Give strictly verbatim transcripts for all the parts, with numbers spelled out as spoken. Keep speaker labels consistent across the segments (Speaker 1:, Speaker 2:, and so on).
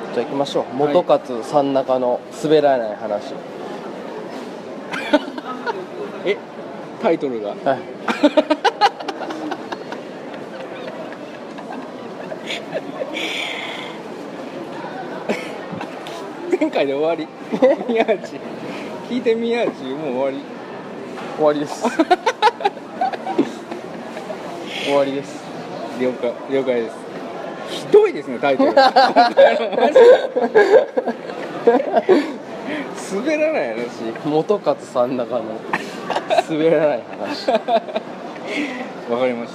Speaker 1: じゃあ行きましょう。元勝三中の滑らない話。
Speaker 2: え、タイトルが、
Speaker 1: はい、
Speaker 2: 前回で終わり。宮内聞いて宮内もう終わり
Speaker 1: 終わりです終わりです。
Speaker 2: 了解了解です。ひどいですねタイトル。滑らない話。
Speaker 1: 元勝三中の滑らない話。
Speaker 2: わかりました。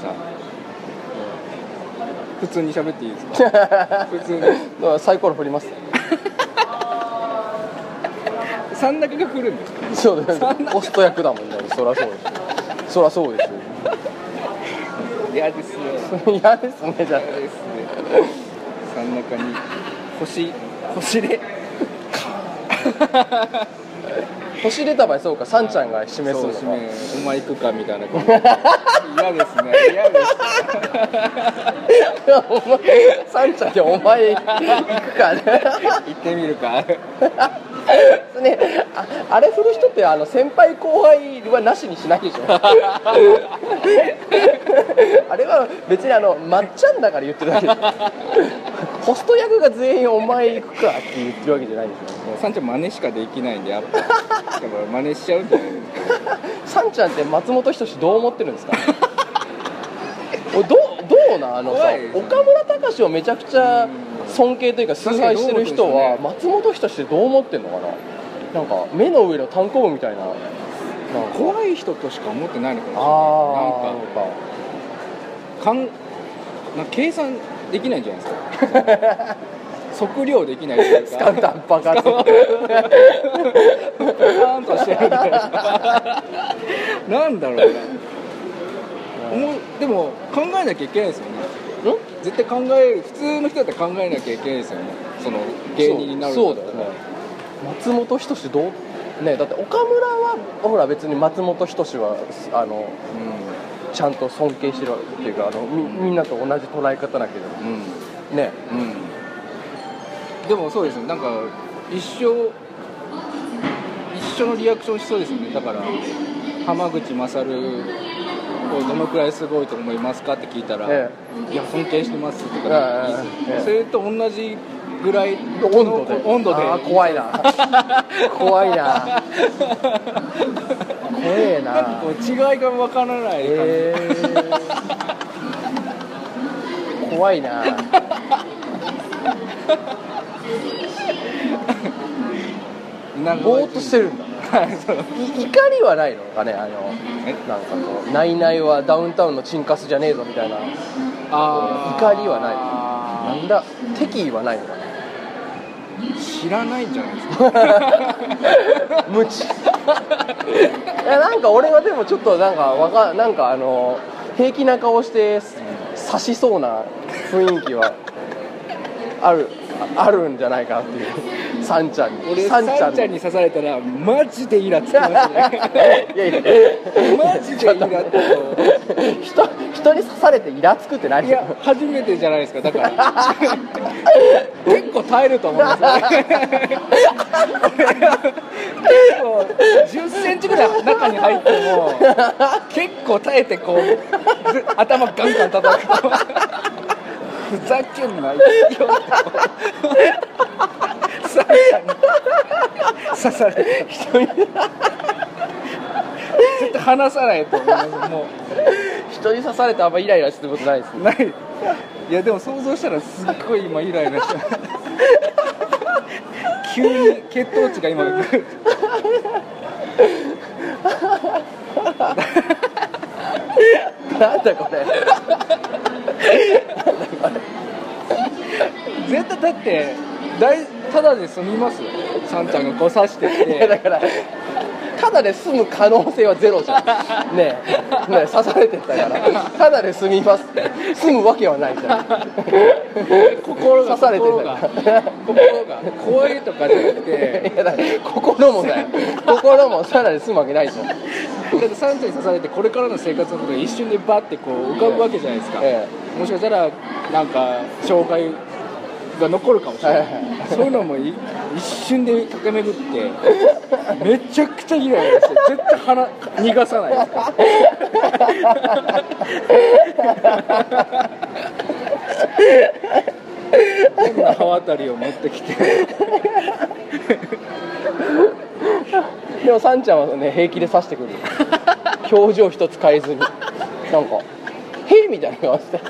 Speaker 2: 普通に喋っていいですか？普通に
Speaker 1: サイコロ振ります。
Speaker 2: 三中が振るんですか？
Speaker 1: そうです。ホスト役だもんね。そりゃそうです。そりゃそうですよ。
Speaker 2: 嫌ですね。
Speaker 1: 嫌ですね。じゃあ
Speaker 2: 嫌ですね。三中に星星で
Speaker 1: 星出た場合、そうか、サンちゃんが示すのか。
Speaker 2: そう、指名お前行くかみたいな感じ。嫌ですね。嫌です。
Speaker 1: お前サンちゃんでお前行くかね。
Speaker 2: 行ってみるか。
Speaker 1: ね、あ, あれ振る人ってあの先輩後輩はなしにしないでしょ。あれは別にあのまっちゃんだから言ってるだけでホスト役が全員お前行くかって言ってるわけじゃないでしょ。
Speaker 2: サンちゃん真似しかできないんで、やっぱだから真似しちゃうんじゃないですか。
Speaker 1: サンちゃんって松本人志どう思ってるんですか？どうどうなあのさ、岡村隆史をめちゃくちゃ尊敬というか崇拝してる人は松本人志ってどう思ってんのかな。なんか目の上の単行部みたいな、なんか
Speaker 2: 怖い人としか思ってないのかもしれない。なんかかんなんか計算できないんじゃないですか。測量できないというか、
Speaker 1: スカウターバカッと
Speaker 2: パーンとしてるみたいな。なんだろうな。でも考えなきゃいけないですよね。絶対考える、普通の人だったら考えなきゃいけないですよね。その芸人になるんだったら。そうだよね。松本人志どうね、だって岡村はほら別に松本人志はあの、うん、ちゃんと尊敬してるっていうか、あの み, みんなと同じ捉え方だけど、うん、ね、うん、 でもそうですね。なんか一生一緒のリアクションしそうですよね。だから浜口勝をどのくらいすごいと思いますかって聞いたら、ええ、いや尊敬してますとか、ええ、それと同じぐらい
Speaker 1: 温度で
Speaker 2: 温度で
Speaker 1: あ怖いな怖いな怖えな。
Speaker 2: なんかこう違いが分からない感じ、え
Speaker 1: ー、怖いなぼーっとしてるんだ。怒りはないのかね。あのなんかこうナイナイはダウンタウンのチンカスじゃねえぞみたいな、あ怒りはない。なんだ敵意はないのかな。
Speaker 2: 知らないんじゃないですか。
Speaker 1: 無知。いやなんか俺はでもちょっとなんかわかなんかあの平気な顔して刺しそうな雰囲気はあるあるんじゃないかなっていう。サンちゃんに
Speaker 2: 俺サンちゃんに刺されたらマジでイラつきますね。いやいやマジでイラつく。
Speaker 1: 人人に刺されてイラつくって何？
Speaker 2: いや初めてじゃないですか。だから結構耐えると思うんですよ。結構じゅっセンチぐらい中に入っても結構耐えてこう頭ガンガン叩くとふざけんなよってサンちゃんに刺されて人に絶対離さないと思います。もう
Speaker 1: 人に刺されてあんまイライラすることないですね。
Speaker 2: ない。いやでも想像したらすっごい今イライラして急に血糖値が今グッ
Speaker 1: なんだこれ
Speaker 2: 絶対だって大ただで済みますよ。サンちゃんがこう刺してって
Speaker 1: いやだからただで済む可能性はゼロじゃん。ねえ、ねえ刺されてたからただで済みますって済むわけはないじゃん。
Speaker 2: 心が
Speaker 1: 刺されてた
Speaker 2: から心が怖いとかじゃなくて
Speaker 1: いやだ心もだよ。心もただで済むわけないじゃん。だ
Speaker 2: ってサンちゃんに刺されてこれからの生活のことが一瞬でバッてこう浮かぶわけじゃないですか、ええ、もしかしたらなんか障害が残るかもしれない、はいはいはい、 そういうのも一瞬で駆け巡ってめちゃくちゃイライラして絶対鼻逃がさないですから変な刃渡りを持ってきて
Speaker 1: でもサンちゃんはね平気で刺してくる表情一つ変えずになんかへみたいな顔して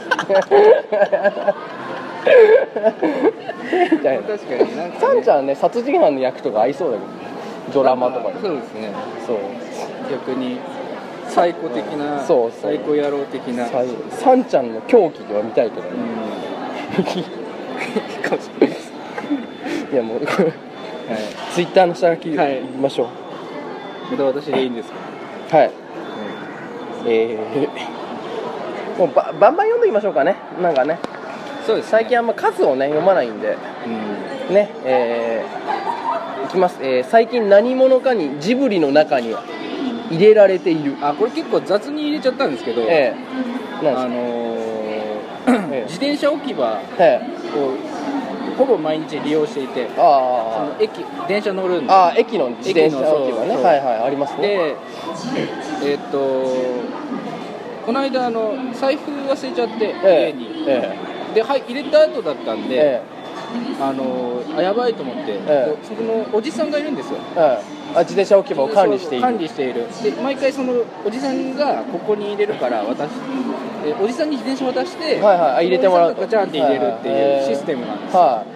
Speaker 1: みたいな。
Speaker 2: 確かになんか、ね、
Speaker 1: サンちゃんはね殺人犯の役とか合いそうだけどドラマとかで。
Speaker 2: そうですね。
Speaker 1: そう
Speaker 2: 逆にサイコ的な、
Speaker 1: そうそう
Speaker 2: サイコ野郎的な
Speaker 1: サンちゃんの狂気では見たいけどね、
Speaker 2: うん、かもしれないです
Speaker 1: いやもう、はい、ツイッターの下書き言いましょう。
Speaker 2: また私でいいんですか。
Speaker 1: はい、うん、えー、もうばバンバン読んでいきましょうかね。なんかね、
Speaker 2: そうですね、
Speaker 1: 最近あんま数をね読まないんで、うん、ね、えー、いきます、えー、最近何者かにジブリの中に入れられている。
Speaker 2: あ、これ結構雑に入れちゃったんですけど、
Speaker 1: えー、なん
Speaker 2: あのーえー、自転車置き場を、
Speaker 1: え
Speaker 2: ー、ほぼ毎日利用していて、
Speaker 1: あ
Speaker 2: その駅電車乗るんで、
Speaker 1: あ駅の自転車置き場ね、はいはいありますね。
Speaker 2: で、えー、っとこの間あの財布忘れちゃって、えー、家に、えー、で、はい、入れた後だったんで、えー、あのあやばいと思って、えー、そこのおじさんがいるんですよ、えー
Speaker 1: あ自転車置き場を管理している
Speaker 2: 管理しているで毎回そのおじさんがここに入れるから渡しえおじさんに自転車渡して、
Speaker 1: はいはい、入れてもらうと
Speaker 2: ガチャンって入れるっていうシステムなんです、はい、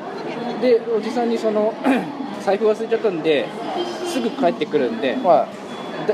Speaker 2: でおじさんにその財布忘れちゃったんですぐ帰ってくるんで、はい、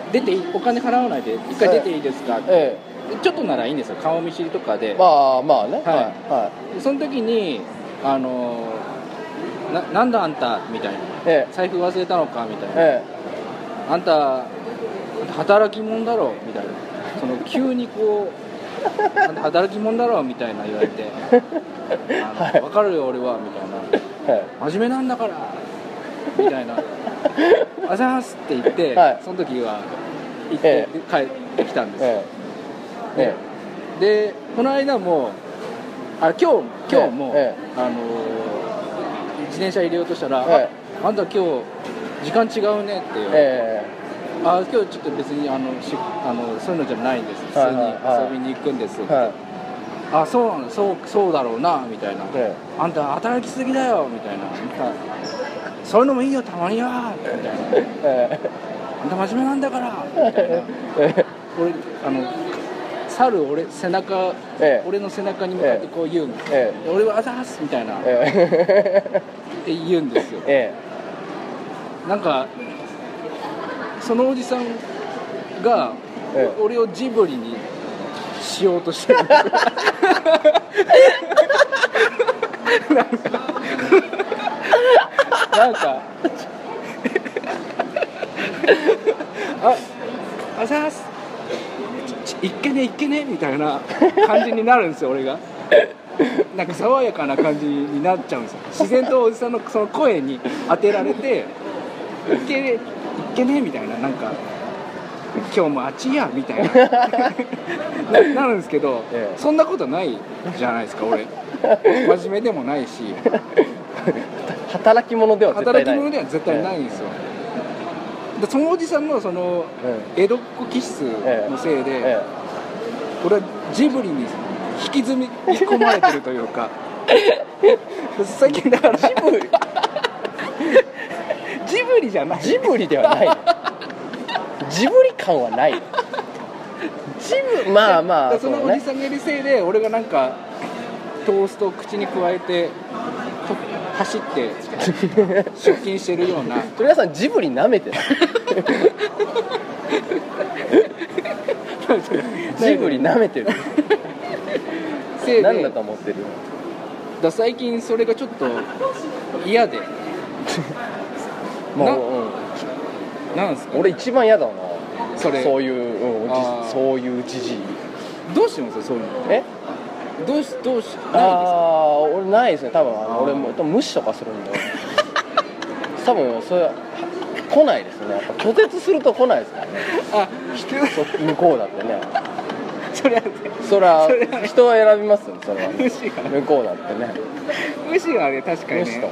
Speaker 2: 出ていいお金払わないで一回出ていいですか、ええ、ちょっとならいいんですよ、顔見知りとかで。
Speaker 1: まあまあね、はい
Speaker 2: はい、その時にあのななんだあんたみたいな、ええ、財布忘れたのかみたいな、ええ、あんた働き者だろみたいな、その急にこうあんた働き者だろみたいな言われてあの、はい、分かるよ俺はみたいな、はい、真面目なんだからみたいなあざーすって言って、はい、その時は行って、ええ、帰ってきたんですよ、ええええ、でこの間もあ今日今日も、ええ、あの自転車入れようとしたら、ええ、あ, あんた今日時間違うねって言われて、えー、あ今日ちょっと別にあのしあのそういうのじゃないんです、普通に遊びに行くんですって、はいはい、あそうなの そう, そうだろうなみたいな、えー、あんた働きすぎだよみたいな、はい、そういうのもいいよたまにはみたいな、えー、あんた真面目なんだからみたいな、えー、俺あの去る俺背中、えー、俺の背中に向かってこう言うんです、えー、俺はあざーすみたいな、えー、って言うんですよ、えーなんかそのおじさんが、ええ、俺をジブリにしようとしてるんですよなんかなんかああざーすいっけねいっけねみたいな感じになるんですよ俺がなんか爽やかな感じになっちゃうんですよ。自然とおじさんのその声に当てられていけねいけねみたいな、なんか今日もあっちやみたい な, な, なるんですけど、ええ、そんなことないじゃないですか俺真面目でもないし
Speaker 1: 働き者では絶対ない、
Speaker 2: 働き者では絶対ないんですよ、ええ、でそのおじさんのその、ええ、江戸っ子気質のせいで、ええ、俺はジブリに引きずり込まれてるというか最近だからジブリジブリじゃない
Speaker 1: ジブリではないジブリ感はないジブまあまあ
Speaker 2: そのおじさんがいるせいで俺がなんかトーストを口に加えて走って出勤してるような
Speaker 1: 鳥谷さんジブリ舐めてないジブリ舐めてるせいで何だと思ってる
Speaker 2: だ最近それがちょっと嫌で
Speaker 1: もう、うん、
Speaker 2: なんですか
Speaker 1: 俺一番嫌だな
Speaker 2: それ
Speaker 1: そういう、うん、そういうじじい
Speaker 2: どうしてますそういうの
Speaker 1: え
Speaker 2: どうしどうしないですか。
Speaker 1: あ俺ないですね多分あの俺も多分無視とかするんで多分それ来ないですねやっぱ拒絶すると来ないですからねあ向こうだってね
Speaker 2: それは
Speaker 1: そら人は選びますよそれは
Speaker 2: 無視が
Speaker 1: 向こうだってね
Speaker 2: 無視はね確かにね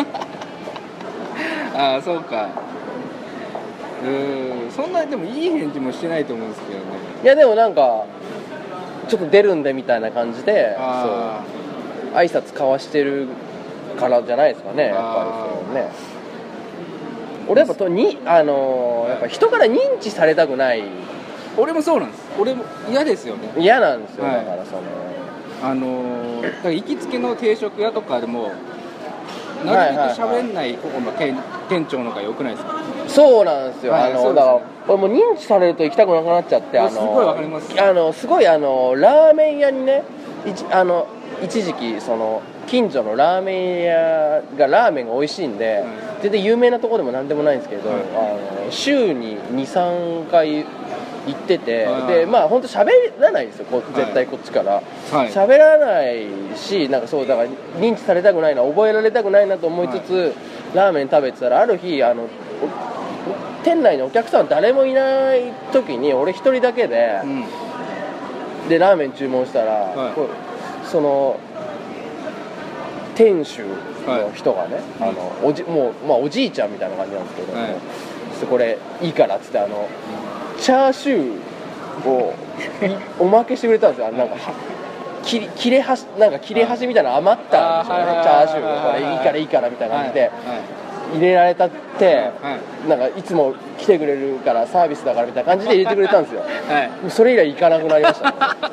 Speaker 2: ああそうかうーんそんなでもいい返事もしてないと思うんですけどね
Speaker 1: いやでもなんかちょっと出るんでみたいな感じで
Speaker 2: あ
Speaker 1: そう挨拶交わしてるからじゃないですかねやっぱりそうね俺やっぱとにあのー、やっぱ人から認知されたくない
Speaker 2: 俺もそうなんです俺も嫌ですよね
Speaker 1: 嫌なんですよ、
Speaker 2: はい、
Speaker 1: だからその
Speaker 2: あのー、だから行きつけの定食屋とかでもなるべく喋んないここの店、店長の方が良くないですか
Speaker 1: そうなんですよ、
Speaker 2: はい、
Speaker 1: あの、ね、だから俺も認知されると行きたくなくなっちゃってあの
Speaker 2: すごいわかります
Speaker 1: あのすごいあのラーメン屋にねあの一時期その近所のラーメン屋がラーメンが美味しいんで、はい、全然有名なとこでもなんでもないんですけど、はい、あの週に にさんかい行ってて、はい、でまあ本当喋らないんですよこ絶対こっちから喋、はい、らないしなんかそうだから認知されたくないな覚えられたくないなと思いつつ、はい、ラーメン食べてたらある日あの店内にお客さん誰もいない時に俺一人だけで、うん、でラーメン注文したら、はい、こうその店主の人がね、はい、あのおじもう、まあ、おじいちゃんみたいな感じなんですけど、はい、これいいからっつってあのチャーシューをおまけしてくれたんですよなんか切れ切れ端なんか切れ端みたいなの余ったんですよねチャーシューがこれいいからいいからみたいな感じで入れられたって、はい、なんかいつも来てくれるからサービスだからみたいな感じで入れてくれたんですよ、はい、それ以来行かなくなりました、ね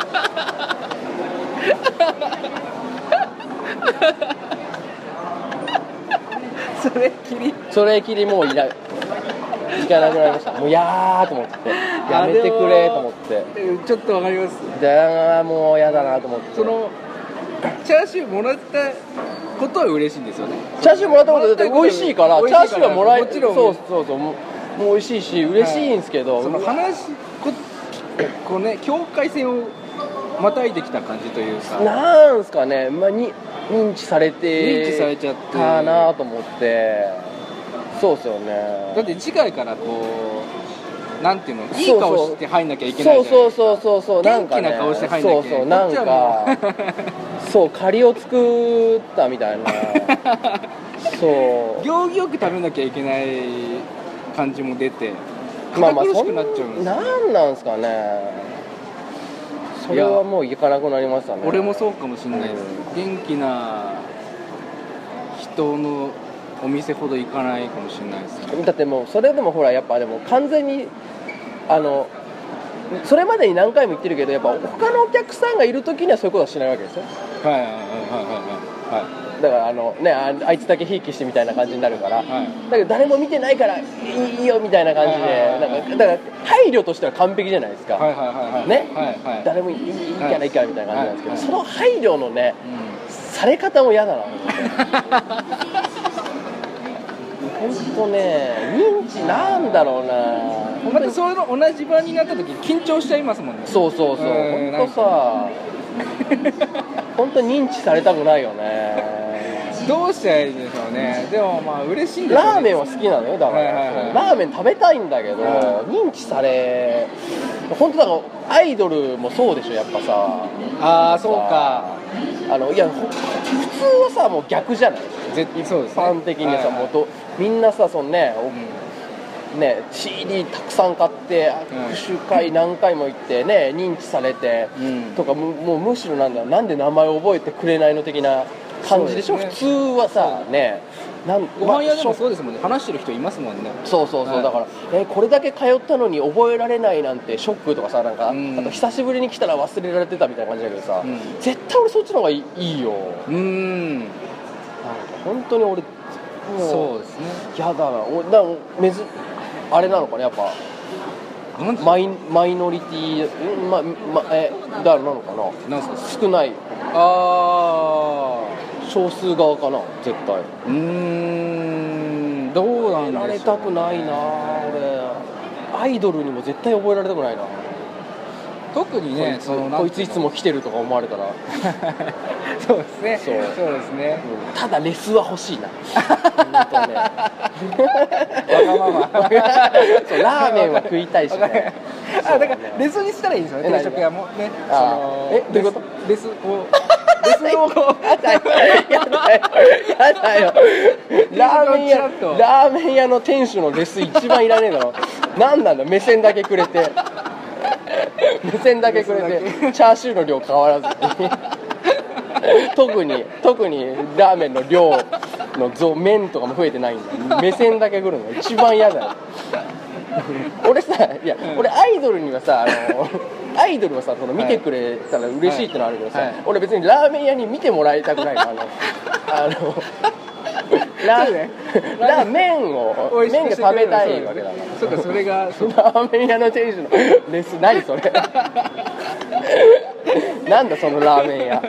Speaker 2: それきり
Speaker 1: それきりもういない行かなくなりましたもうやーと思ってやめてくれと思って
Speaker 2: ちょっとわかります
Speaker 1: でもうやだなと思って
Speaker 2: そのチャーシューもらったことは嬉しいんですよね
Speaker 1: チャーシューもらったことで美味しいからチャーシューはもらえるそうそうそうもう美味しいし嬉しいんですけど、
Speaker 2: はい、その話ここうね境界線をまたいできた感じというか
Speaker 1: なんすかね、まあ、に認知されて
Speaker 2: 認知されちゃって
Speaker 1: たなと思ってそうですよね
Speaker 2: だって次回からこうなんていうのいい顔して入んなきゃいけないじゃないですか
Speaker 1: そうそうそうそう
Speaker 2: 元気な顔して入んなきゃいけない
Speaker 1: そうそうなんかそう借りを作ったみたいなそう
Speaker 2: 行儀よく食べなきゃいけない感じも出て
Speaker 1: まあまあ
Speaker 2: 堅苦しくなっちゃうんですよ、
Speaker 1: なんなんすかねそれはもう行かなくなりましたね
Speaker 2: 俺もそうかもしれないです、うん、元気な人のお店ほど行かないかもしれないですね
Speaker 1: だってもうそれでもほらやっぱでも完全にあのそれまでに何回も言ってるけどやっぱ他のお客さんがいる時にはそういうことはしないわけですよ
Speaker 2: はいはいはいはいはい
Speaker 1: だからあのね あ, あいつだけひいきしてみたいな感じになるから、はい、だけど誰も見てないからいいよみたいな感じで、はいはいはいはい、なんかだから配慮としては完璧じゃないですか、はいはいはいはい、ね、はいはい、誰もい い, いいからいいからみたいな感じなんですけど、はいはい、その配慮のね、うん、され方も嫌だな本当ね認知なんだろうな
Speaker 2: またそういうの同じ場になった時緊張しちゃいますもんね
Speaker 1: そうそうそう本当さ本当認知されたくないよね
Speaker 2: どうしたらいいんでしょうねでもまあ嬉しいんですよね
Speaker 1: ラーメンは好きなのよだから、はいはいはい、ラーメン食べたいんだけど、はい、認知され本当だからアイドルもそうでしょやっぱさ
Speaker 2: ああそうか
Speaker 1: あのいや普通はさもう逆じゃない
Speaker 2: 絶対そうですね
Speaker 1: ファン的にさ、はいはい、もうとみんなさそのね、うん、ね シーディー たくさん買って握手会何回も行ってね認知されて、うん、とかもうむしろなんだなんで名前覚えてくれないの的な感じでしょ、ね、普通はさね
Speaker 2: なんご飯屋でもそうですもんね話してる人いますもんね
Speaker 1: そうそうそう、はい、だから、えこれだけ通ったのに覚えられないなんてショックとかさなんか、うん、あと久しぶりに来たら忘れられてたみたいな感じだけどさ、うん、絶対俺そっちの方がい い, いいよ
Speaker 2: うんなんか
Speaker 1: 本当に俺もう
Speaker 2: そうですね
Speaker 1: やだな俺だめずあれなのかねやっぱマイ, マイノリティま、ま、え誰なのかななんすか少ないあ少数側かな絶対
Speaker 2: うーんどうなんでしょう、ね、
Speaker 1: 覚えられたくないな俺アイドルにも絶対覚えられたくないな
Speaker 2: 特にね
Speaker 1: そのこいついつも来てるとか思われたら
Speaker 2: そうですね
Speaker 1: そう
Speaker 2: そうですね、
Speaker 1: うん、ただレスは欲しいな本当ねわがままそうラーメンは食いたいしね
Speaker 2: あだからレスにしたらいいんですよね、定食屋もね。
Speaker 1: あ
Speaker 2: その
Speaker 1: えどういうこと？
Speaker 2: レスをレスをこう
Speaker 1: やだよやだよやだよラーメン屋ラーメン屋の店主のレス一番いらねえだろ。なんなんだ目線だけくれて目線だけくれてチャーシューの量変わらずに特に特にラーメンの量の増麺とかも増えてないんだよ。目線だけくるの一番嫌だよ俺さいや、うん、俺アイドルにはさあのアイドルはさその見てくれたら嬉しいってのあるけどさ、はいはい、俺別にラーメン屋に見てもらいたくないの。あのあのラーメン、ラーメンを麺が食べたいわけだから。
Speaker 2: そうかそれが
Speaker 1: ラーメン屋の店主のレス何それなんだそのラーメン屋、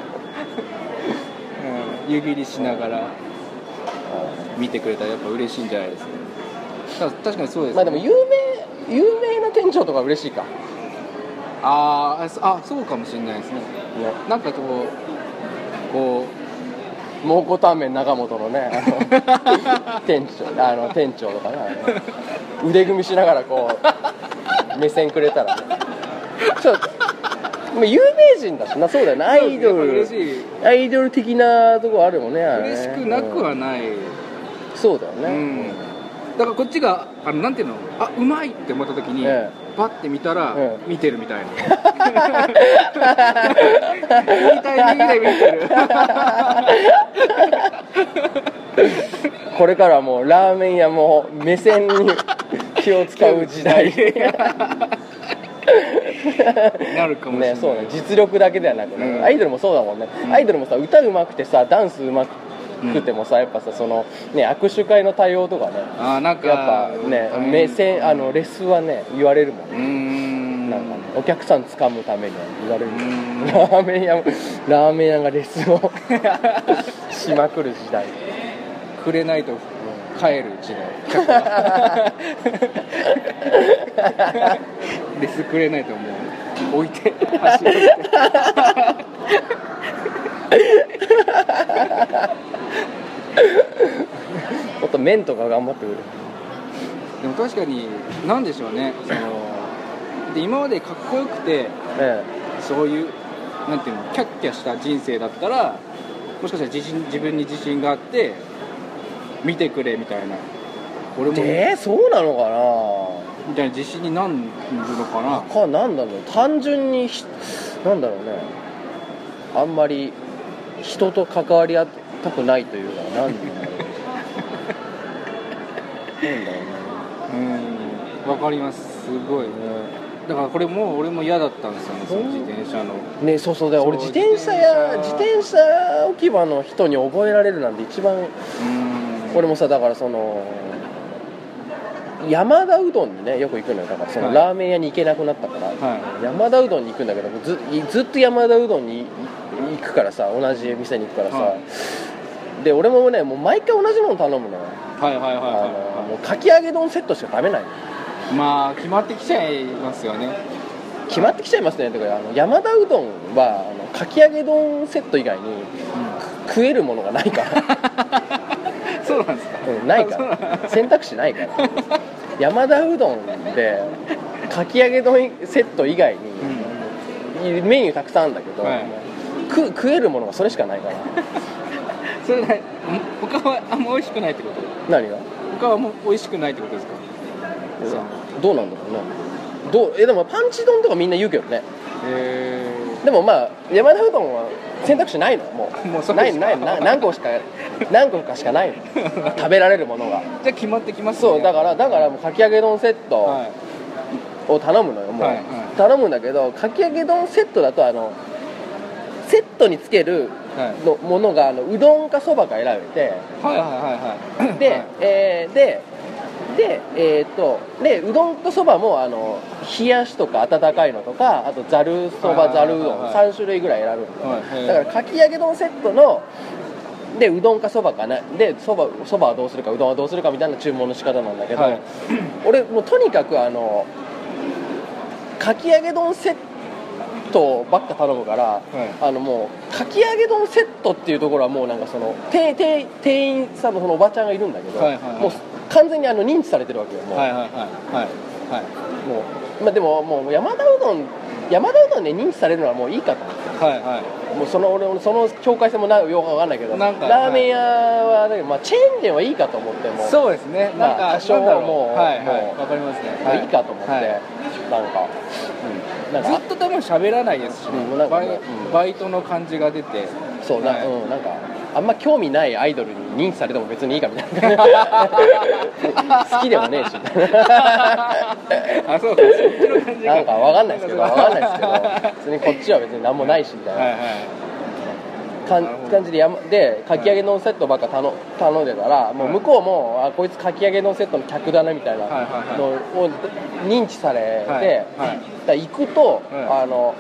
Speaker 2: うん、湯切りしながら見てくれたらやっぱ嬉しいんじゃないですか。確かにそうです、ね、
Speaker 1: まあでも有名有名な店長とか嬉しいか。
Speaker 2: あーあそうかもしれないですね。なんかこうこ
Speaker 1: う蒙古タンメン中本のねあの店長あの店長とかね腕組みしながらこう目線くれたらねちょっと有名人だしな。そうだよね、アイドルアイドル的なとこあるもんね。あれね
Speaker 2: 嬉しくなくはない、うん、
Speaker 1: そうだよね、
Speaker 2: うんだからこっちがあのなんていうのあうまいって思った時に、ええ、パッて見たら、ええ、見てるみたいないいタイミングで見てる
Speaker 1: これからもうラーメン屋も目線に気を使う時代
Speaker 2: なるかもしれない、
Speaker 1: ね、そうね、実力だけではなくね、うん、アイドルもそうだもんね、うん、アイドルもさ歌うまくてさダンスうまくくてもさやっぱさそのね握手会の対応とかね
Speaker 2: あなんか
Speaker 1: やっぱね目線あのレスはね言われるもんね。うーんなんかねお客さん掴むためには言われるもんラーメン屋ラーメン屋がレスをしまくる時代
Speaker 2: くれないと帰る時代レスくれないともう置いて足置いて
Speaker 1: もっと麺とか頑張ってくれ。
Speaker 2: でも確かに何でしょうねそので今までかっこよくて、ええ、そういうなんていうのキャッキャした人生だったらもしかしたら自信自分に自信があって見てくれみたいな
Speaker 1: 俺もえー、そうなのかな
Speaker 2: みたいな自信になるのかな
Speaker 1: かなんだろう単純になんだろうねあんまり人と関わり合ったくないというかなんだろうなんだろうね
Speaker 2: うんわかりますすごいね。だからこれも俺も嫌だったんですよねその自転車の
Speaker 1: ねそうそうだよ俺自転車や自転車置き場の人に覚えられるなんて一番うん俺もさだからその山田うどんにねよく行くのよだからその、はい、ラーメン屋に行けなくなったから、はい、山田うどんに行くんだけど ず, ずっと山田うどんに行くからさ同じ店に行くからさ、はい、で俺もねもう毎回同じもの頼むのよ。
Speaker 2: はいはいはいはい、はい、
Speaker 1: あのもうかき揚げ丼セットしか食べないの。
Speaker 2: まあ決まってきちゃいますよね。
Speaker 1: 決まってきちゃいますね。だからあの山田うどんはあのかき揚げ丼セット以外に、うん、食えるものがないから
Speaker 2: そうなんですか、
Speaker 1: うん、ないから選択肢ないから山田うどんでかき揚げ丼セット以外に、うん、メニューたくさんあるんだけど、はい、食, 食えるものがそれしかないから
Speaker 2: それね他はあんま美味しくないってこと？
Speaker 1: 何が？
Speaker 2: 他はもう美味しくないってことですか？
Speaker 1: どうなんだろうね。どうえでもパンチ丼とかみんな言うけどね。
Speaker 2: へ
Speaker 1: でもまあ山田うどんは選択肢ないのもう。もうないないな何個しか何個かしかないの食べられるものが。
Speaker 2: じゃあ決まってきますね。
Speaker 1: そうだからだからもうかき揚げ丼セットを頼むのよもう、はいはい、頼むんだけどかき揚げ丼セットだとあのセットにつけるのものがあのうどんかそばか選べて、
Speaker 2: はいはいはいはい、
Speaker 1: で、はいえー、ででえー、っとでうどんとそばもあの冷やしとか温かいのとかあとざるそばざるうどんさん種類ぐらい選ぶんだよ、だからかき揚げ丼セットのでうどんかそばかなでそばそばはどうするかうどんはどうするかみたいな注文の仕方なんだけど、はい、俺もうとにかくあのかき揚げ丼セットばっか頼むから、はい、あのもうかき揚げ丼セットっていうところはもうなんかその店員さんのそのおばちゃんがいるんだけど、はいはいはい、もう完全にあの認知されてるわけよもう、
Speaker 2: はいはいはいはい、はい
Speaker 1: もう、まあ、でももう山田うどん山田うどんで認知されるのはもういいかと思って、
Speaker 2: はいはい、
Speaker 1: もうその俺その境界線もなよくわかんないけど、
Speaker 2: なんか
Speaker 1: ラーメン屋は、ね、まあ、チェーン店はいいかと思っても、
Speaker 2: そうですね、なんか
Speaker 1: 多少もう、
Speaker 2: はいはい、
Speaker 1: もう
Speaker 2: わかりますね、
Speaker 1: もういいかと思って、
Speaker 2: はい、
Speaker 1: なんか、うん、なんか
Speaker 2: ずっと多分喋らないですし、ね、
Speaker 1: うん、なんか
Speaker 2: バイ、うん、バイトの感じが出て、
Speaker 1: そうな、はい、うん、なんかあんま興味ないアイドルに認知されても別にいいかみたいな好きでもねえしみたいな
Speaker 2: あ、そうか、そっちの感じか、
Speaker 1: なんかわかんないですけどわかんないですけど別にこっちは別に何もないしみたいな、はいはい、感じで山でかき揚げのセットばっか頼頼んでたら、もう向こうもあこいつかき揚げのセットの客だなみたいなのを認知されて、はいはい、だ行くと、はい、あの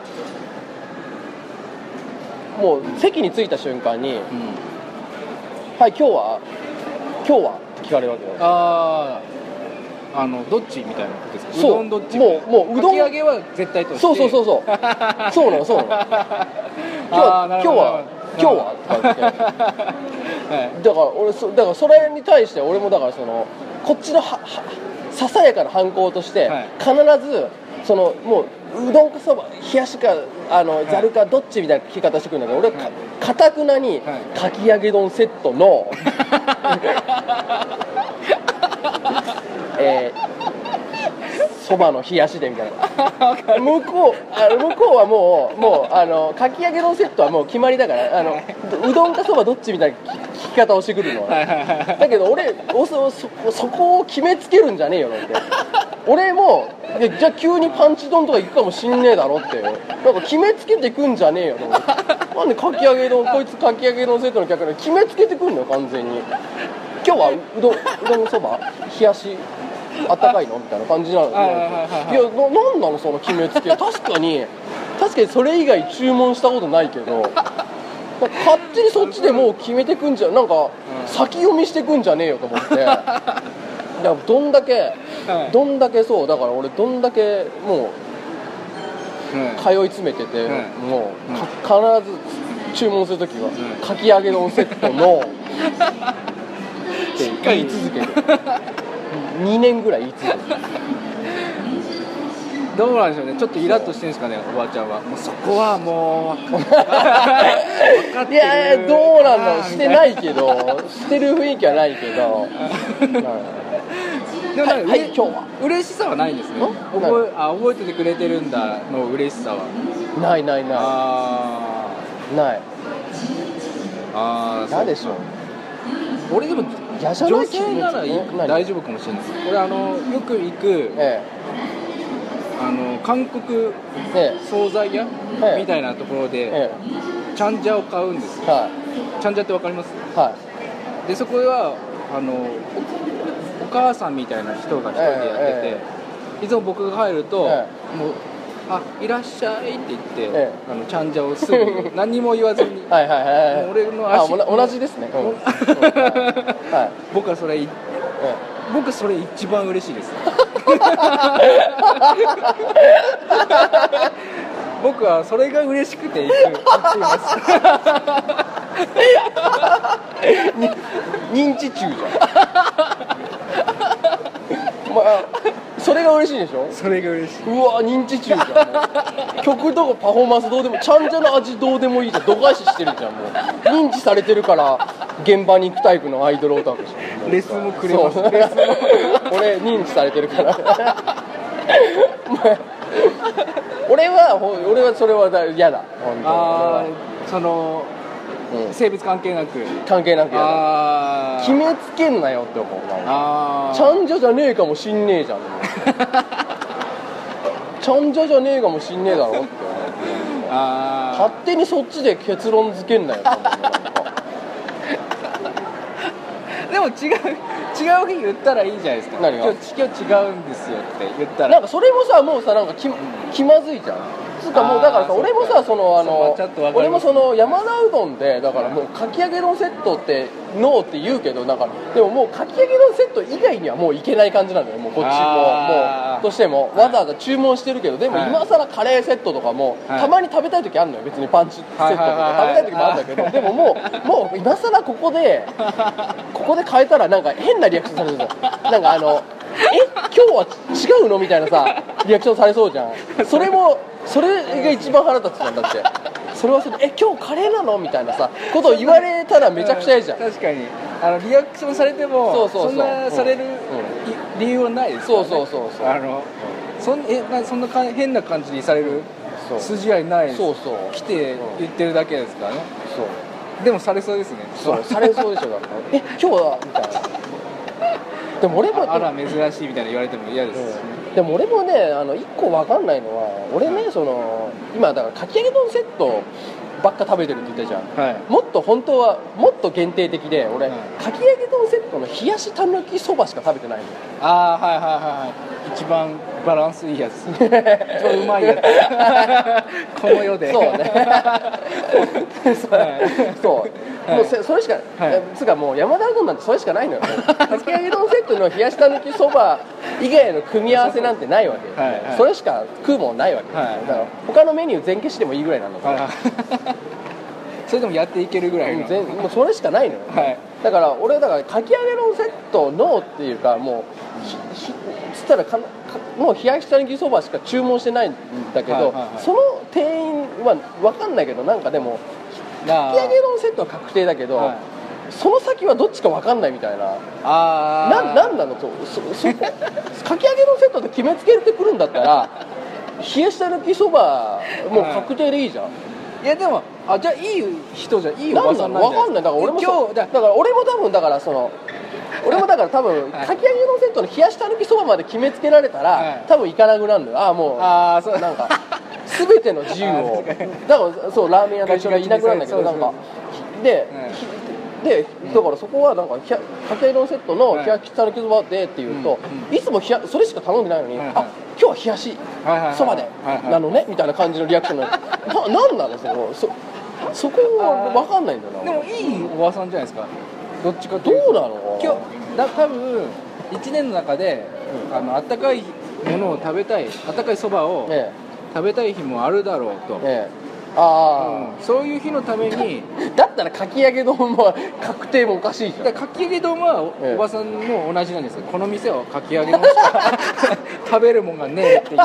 Speaker 1: もう席に着いた瞬間に、うん、はい今日は今日はって聞かれるわけよ。
Speaker 2: ああ、あのどっちみたいなことですか。うどんどっち。
Speaker 1: もうもううどん。
Speaker 2: かき揚げは絶対として。
Speaker 1: そうそうそうそう。そうなのそうなの。今日今日は今日はとか言って。はい、だから俺そだからそれに対して俺もだからそのこっちのははささやかな反抗として、はい、必ずそのもううどんかそば冷やしかあのざるかどっちみたいな聞き方してくるんだけど、俺はかたくなにかき揚げ丼セットの、えー、そばの冷やしでみたいな向こうあの向こうはもうもうあのかき揚げ丼セットはもう決まりだからあのうどんかそばどっちみたいな聞き方をしてくるのだけど俺そ, そ, そこを決めつけるんじゃねえよって俺もじゃあ急にパンチ丼とか行くかもしんねえだろってなんか決めつけてくんじゃねえよと思ってなんでかき揚げ丼こいつかき揚げ丼セットの客に決めつけてくんのよ完全に今日はうどんうどんそば冷やしあったかいのみたいな感じなのいやな、なんなのその決めつけ確かに確かにそれ以外注文したことないけど勝手にそっちでもう決めてくんじゃなんか先読みしてくんじゃねえよと思っていやどんだけどんだけそうだから俺どんだけもう通い詰めててもう必ず注文するときはかき揚げ丼セットのって言い続けるにねんぐらい言い続ける
Speaker 2: どうなんでしょうねちょっとイラッとしてるんですかねおばあちゃんはもうそこはもう分かってるい
Speaker 1: やどうなんだろうしてないけどしてる雰囲気はないけど
Speaker 2: でもなんか、はい、
Speaker 1: 今日は
Speaker 2: 嬉しさはないんですね覚え、あ覚えててくれてるんだの嬉しさは
Speaker 1: ないないない
Speaker 2: あ
Speaker 1: ない
Speaker 2: あ
Speaker 1: なんでしょう
Speaker 2: 俺でも女性なら大丈夫かもしれないです俺あのよく行く、ええ、あの韓国惣菜屋、ええ、みたいなところで、ええ、チャンジャを買うんです、はい、チャンジャってわかります、はい、でそこはあの お, お母さんみたいな人が一人でやってて、ええ、いつも僕が入ると、ええ、もうあいらっしゃいって言って、ええ、あのチャンジャをすぐ何も言わずに
Speaker 1: はいはいはい、はい、
Speaker 2: 俺の足
Speaker 1: あ同じですね、うんはい、
Speaker 2: 僕はそれ、ええ、僕それ一番嬉しいです僕はそれが嬉しくて行く行っています
Speaker 1: 認知中じゃんまあそれが嬉しいでしょ
Speaker 2: それが嬉しい。
Speaker 1: うわ認知中じゃん曲とかパフォーマンスどうでもちゃんじゃの味どうでもいいじゃん度外視してるじゃんもう認知されてるから現場に行くタイプのアイドルオタクじゃん
Speaker 2: レスもくれます
Speaker 1: レスも俺認知されてるから俺は俺はそれは嫌だ本当に
Speaker 2: あそのうん、性別関係なく
Speaker 1: 関係なくやだ決めつけんなよって思うあちゃんじゃじゃねえかもしんねえじゃんちゃんじゃじゃねえかもしんねえだろって思うあ勝手にそっちで結論付けんなよって思う
Speaker 2: でも違う違う日言ったらいいじゃないですか
Speaker 1: 何が
Speaker 2: 今日、今日違うんですよって言ったら
Speaker 1: なんかそれもさもうさなんか 気, 気まずいじゃんつうかもうだからさ俺もさそのあの俺もその山田うどんでだからもうかき揚げ丼セットってノーって言うけどなんかでももうかき揚げ丼セット以外にはもういけない感じなんだよもうこっちももうとしてもわざわざ注文してるけどでも今更カレーセットとかもたまに食べたい時あるのよ別にパンチセットとか食べたい時もあるんだけどでももうもう今更ここでここで変えたらなんか変なリアクションされるんですよなんかあの今日は違うのみたいなさリアクションされそうじゃん。それもそれが一番腹立つじゃん。だってそれはそれえ今日カレーなのみたいなさことを言われたらめちゃくちゃ嫌じゃん。
Speaker 2: 確かにあのリアクションされても
Speaker 1: そうそうそう
Speaker 2: そんなされる、うん、理由はないですからね。
Speaker 1: そうそうそうそう
Speaker 2: あのそんえなそんなか変な感じにされる筋合いないです。
Speaker 1: そうそう
Speaker 2: 来て言ってるだけですからね。
Speaker 1: そう
Speaker 2: でもされそうですね。
Speaker 1: そうされそうでしょ。だからえ今日はみたいな。でも俺も
Speaker 2: あ, あら珍しいみたいな言われても嫌です、
Speaker 1: うん、でも俺もねあのいっこ分かんないのは俺ね、はい、その今だからかき揚げ丼セットばっか食べてるって言ったじゃん、はい、もっと本当はもっと限定的で俺、はい、かき揚げ丼セットの冷やしたぬきそばしか食べてないの。
Speaker 2: ああはいはいはいはい一番バランスいいやつ一番うまいやつこの世で
Speaker 1: そうねそう、はい、もうそれしか、はい、つうかもう山田うどんなんてそれしかないのよ。かき揚げ丼セットの冷やしたぬきそば以外の組み合わせなんてないわけ、はいはい、それしか食うもんないわけ、はいはい、だから他のメニュー全消しでもいいぐらいなんだから、はいはい
Speaker 2: それでもやっていけるぐらいの、
Speaker 1: うん、もうそれしかないのよ、はい、だから俺だからかき揚げ丼セットのっていうかもうつったらかもう冷やしたぬきそばしか注文してないんだけど、はいはいはい、その店員は分かんないけどなんかでもかき揚げ丼セットは確定だけど、はい、その先はどっちか分かんないみたいな。あななんなのとそそこかき揚げ丼セットで決めつけてくるんだったら冷やしたぬきそばもう確定でいいじゃん、はい
Speaker 2: いやでもあじゃあいい人じゃいいおばさんなんじゃないですか。
Speaker 1: 分かんないだから俺も今日だから俺も多分だからその俺もだから多分かき揚げ丼セットの冷やしたぬきそばまで決めつけられたら、はい、多分行かなくなるんだよ。ああもうあそうなんか全ての自由をだからそうラーメン屋と一緒にいなくなるんだけどなんかで、うん、でだからそこはなんかかき揚げ丼セットの冷やしたぬきそばでっていうと、うん、いつも冷やそれしか頼んでないのに、はいはい、あ今日は冷やしそばでなのねみたいな感じのリアクションななんなのそこ そ, そこは分かんないんだよな。
Speaker 2: でもいいおばさんじゃないですか。どっちかと
Speaker 1: いうとどうなの
Speaker 2: 今日だ多分いちねんの中で、うん、あの温かいものを食べたい温かいそばを食べたい日もあるだろうと、ええあうん、そういう日のために
Speaker 1: だったらかき揚げ丼も確定もおかしいじゃん。
Speaker 2: だからかき揚げ丼は お,、ええ、おばさんも同じなんですよ。この店はかき揚げ丼しか食べるもんがねえっていう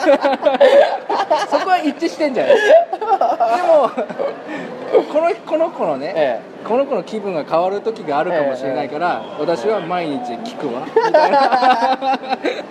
Speaker 2: そこは一致してんじゃないですか。でもこのこの子のね、ええ、この子の気分が変わる時があるかもしれないから、ええ、私は毎日聞くわみたいな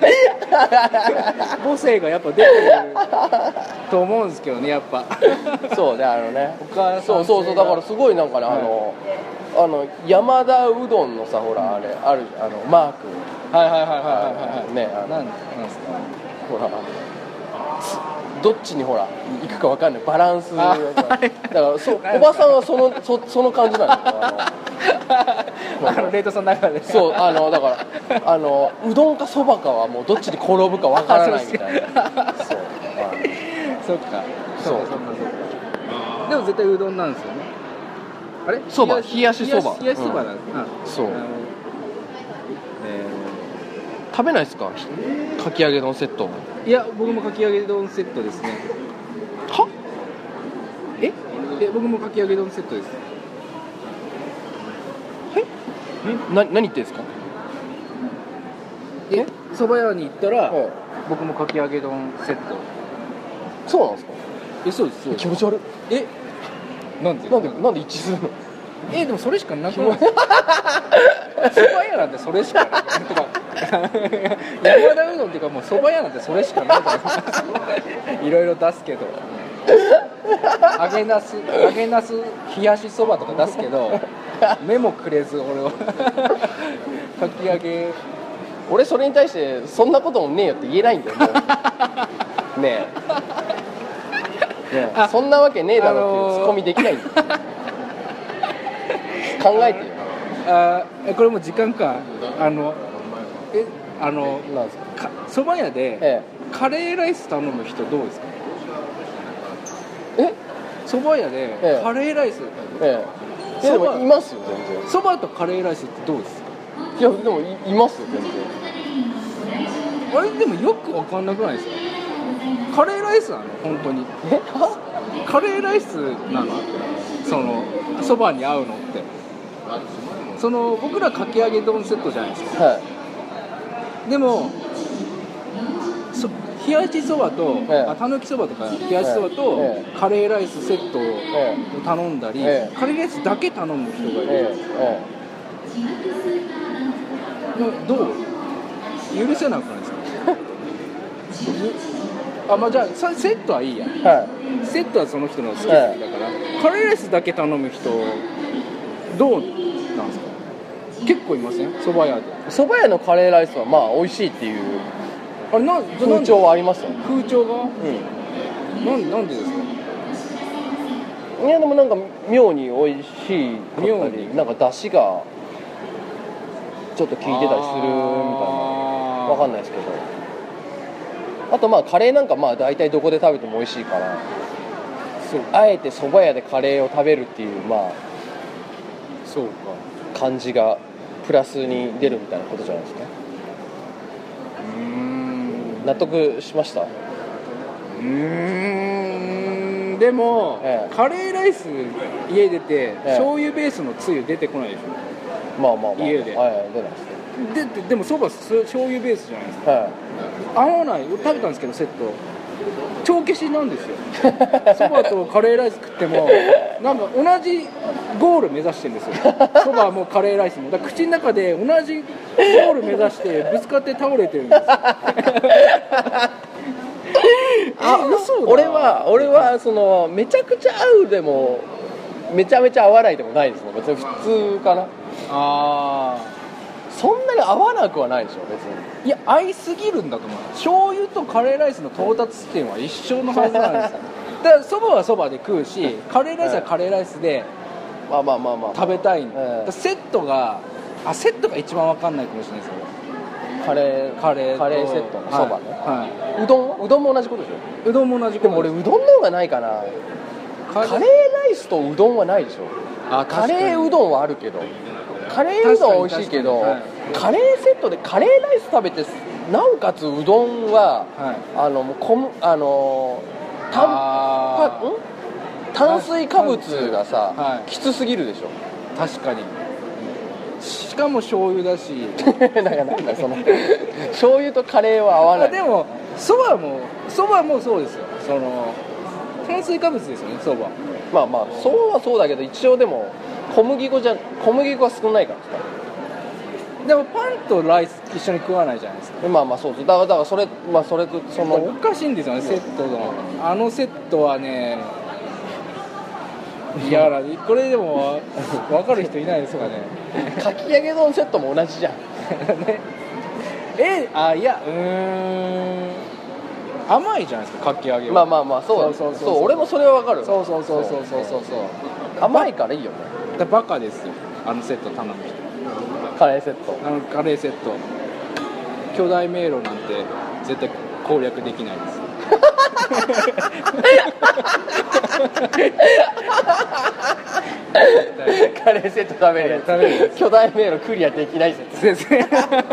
Speaker 2: 母性がやっぱ出てると思うんですけどねやっぱ
Speaker 1: そうねあのね
Speaker 2: お母さん
Speaker 1: そうそうそうだからすごいなんかね、はい、あのあの山田うどんのさほらあれあるあのマーク
Speaker 2: はいはいはいはいはいはいねあなんなんですか
Speaker 1: ほらどっちにほら行くか分かんないバランスだからそおばさんはその そ, その感じなんだよ
Speaker 2: あのレートさんの中で
Speaker 1: そうあのだからあのうどんかそばかはもうどっちに転ぶか分からないみたいなそう
Speaker 2: そっかそうそうでも絶対うどんなんですよね。あれ
Speaker 1: そば冷やしそば
Speaker 2: 冷やしそばなんです、うん、
Speaker 1: そう、えー、食べないですかかき揚げ丼セット。
Speaker 2: いや僕もかき揚げ丼セットですね。
Speaker 1: は
Speaker 2: ええ僕もかき揚げ丼セットです。
Speaker 1: えな何言ってんですか。
Speaker 2: え蕎麦屋に行ったら、はい、僕もかき揚げ丼セット。
Speaker 1: そうなんですか。
Speaker 2: えそうですそうです。
Speaker 1: 気持ち悪い。
Speaker 2: えなんで
Speaker 1: なんでなんで一致するの。
Speaker 2: えでもそれしかなくないですか。蕎麦屋なんてそれしかないとか山田うどんっていうかもう蕎麦屋なんてそれしかないからいろいろ出すけど揚げなす揚げなす冷やしそばとか出すけど目もくれず俺はかき揚げ
Speaker 1: 俺それに対してそんなこともねえよって言えないんだよもうねえねえそんなわけねえだろっていうツッコミできないんだよ、あのー考えてよ。
Speaker 2: あこれも時間か。あのえあの
Speaker 1: なんですか。
Speaker 2: 蕎麦屋で、ええ、カレーライス頼む人どうですか。
Speaker 1: え
Speaker 2: 蕎麦屋で、ええ、カレーライス、
Speaker 1: ええ、でもいますよ全然。
Speaker 2: 蕎麦とカレーライスってどうですか。
Speaker 1: いやでも い, いますよ全然。
Speaker 2: あれでもよく分かんなくないですか。カレーライスなの本当に。
Speaker 1: え
Speaker 2: カレーライスなのその蕎麦に合うのって。その僕らかき揚げ丼セットじゃないですか、はい、 でもそ冷やしそばと、
Speaker 1: ええ、
Speaker 2: あたぬきそばとか冷やしそばと、ええ、カレーライスセットを頼んだり、ええ、カレーライスだけ頼む人がいる、ええええ、どう許せなくないですかあ、まあ、じゃあセットはいいや、はい、セットはその人の好き好きだから、ええ、カレーライスだけ頼む人どうなんですか？結構いません？蕎麦屋で
Speaker 1: 蕎麦屋のカレーライスはまあ美味しいっていう
Speaker 2: あれな
Speaker 1: 風潮はありますよね。
Speaker 2: 風潮が、うん、な, なんでですか？
Speaker 1: いやでもなんか妙に美味しいかったりなんか出汁がちょっと効いてたりするみたいなわかんないですけど、あとまあカレーなんかまあ大体どこで食べても美味しいから、そうあえて蕎麦屋でカレーを食べるっていうまあ
Speaker 2: そうか
Speaker 1: 感じがプラスに出るみたいなことじゃないですか。うーん納得しました？う
Speaker 2: ーんでも、ええ、カレーライス家出て、ええ、醤油ベースのつゆ出てこないでしょ。
Speaker 1: まあまあまあ
Speaker 2: 家で、
Speaker 1: はい、出ないです
Speaker 2: で, で, でもそば醤油ベースじゃないですか、はい、合わない。食べたんですけどセット帳消しなんですよそばとカレーライス食ってもなんか同じゴール目指してるんですよ。そばもカレーライスもだから口の中で同じゴール目指してぶつかって倒れてるんですよ
Speaker 1: あ嘘だ。俺は俺はそのめちゃくちゃ合うでもめちゃめちゃ合わないでもないですね。別に普通かな。あそんなに合わなくはないでしょ別に。
Speaker 2: いや合いすぎるんだと思う。醤油とカレーライスの到達点は一緒のはずなんですよだからそばはそばで食うしカレーライスはカレーライスで
Speaker 1: まあまあまあまあ
Speaker 2: 食べたいんで、えー、セットがあセットが一番分かんないかもしれないですけど
Speaker 1: カレー
Speaker 2: カレー
Speaker 1: カレーセットのそばね、
Speaker 2: はいはい、
Speaker 1: うどんうどんも同じことでしょ。
Speaker 2: うどんも同じこと。
Speaker 1: でも俺うどんの方がないかな。カレーライスとうどんはないでしょ。あカレーうどんはあるけどカレーうどんは美味しいけど、はい、カレーセットでカレーライス食べてなおかつうどんは、はい、あのもうこむあの炭パん炭水化物がさ、はい、きつすぎるでしょ。
Speaker 2: 確かに。しかも醤油だし
Speaker 1: なんかなんだその醤油とカレーは合わない。
Speaker 2: でもそばもそばもそうですよ。その炭水化物ですよねそば。
Speaker 1: まあまあそうはそうだけど一応でも小麦粉じゃ小麦粉は少ないからですか。
Speaker 2: でもパンとライス一緒に食わないじゃないですか。
Speaker 1: まあまあそうそうだからだからそれまあそれとその
Speaker 2: おかしいんですよねセットのあのセットはねいやこれでも分かる人いないですかね
Speaker 1: かき揚げ丼セットも同じじゃん
Speaker 2: ねえあいやうーん甘いじゃないですかかき揚げは。
Speaker 1: まあまあまあそうそうそうそうそう俺もそれは分かる。
Speaker 2: そうそうそうそうそうそう
Speaker 1: 甘いからいいよね。
Speaker 2: だバカですよあのセット頼む人。
Speaker 1: カレーセット
Speaker 2: あのカレーセット巨大迷路なんて絶対攻略できないです
Speaker 1: カレーセット食べるやつ食べる巨大迷路クリアできない説ですね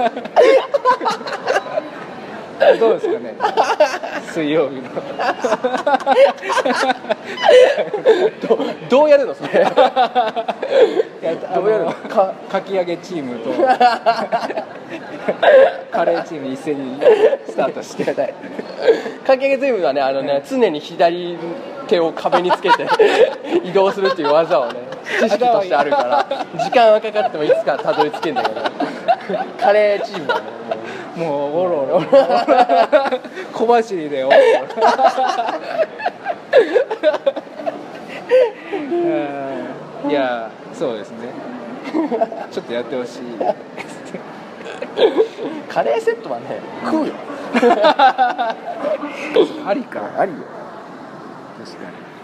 Speaker 2: どうですかね水曜日の
Speaker 1: ど, どうやるのそれど
Speaker 2: うやるの か, かき揚げチームとカレーチーム一斉にスタートして
Speaker 1: かき揚げチームはねあのね、うん、常に左手を壁につけて移動するっていう技をね知識としてあるから時間はかかってもいつかたどり着けるんだけどカレーチームはね
Speaker 2: もうおろおろ小走りでおろおろいやそうですねちょっとやってほしい
Speaker 1: カレーセットはね食うよ
Speaker 2: ありか
Speaker 1: ありよ
Speaker 2: 確かに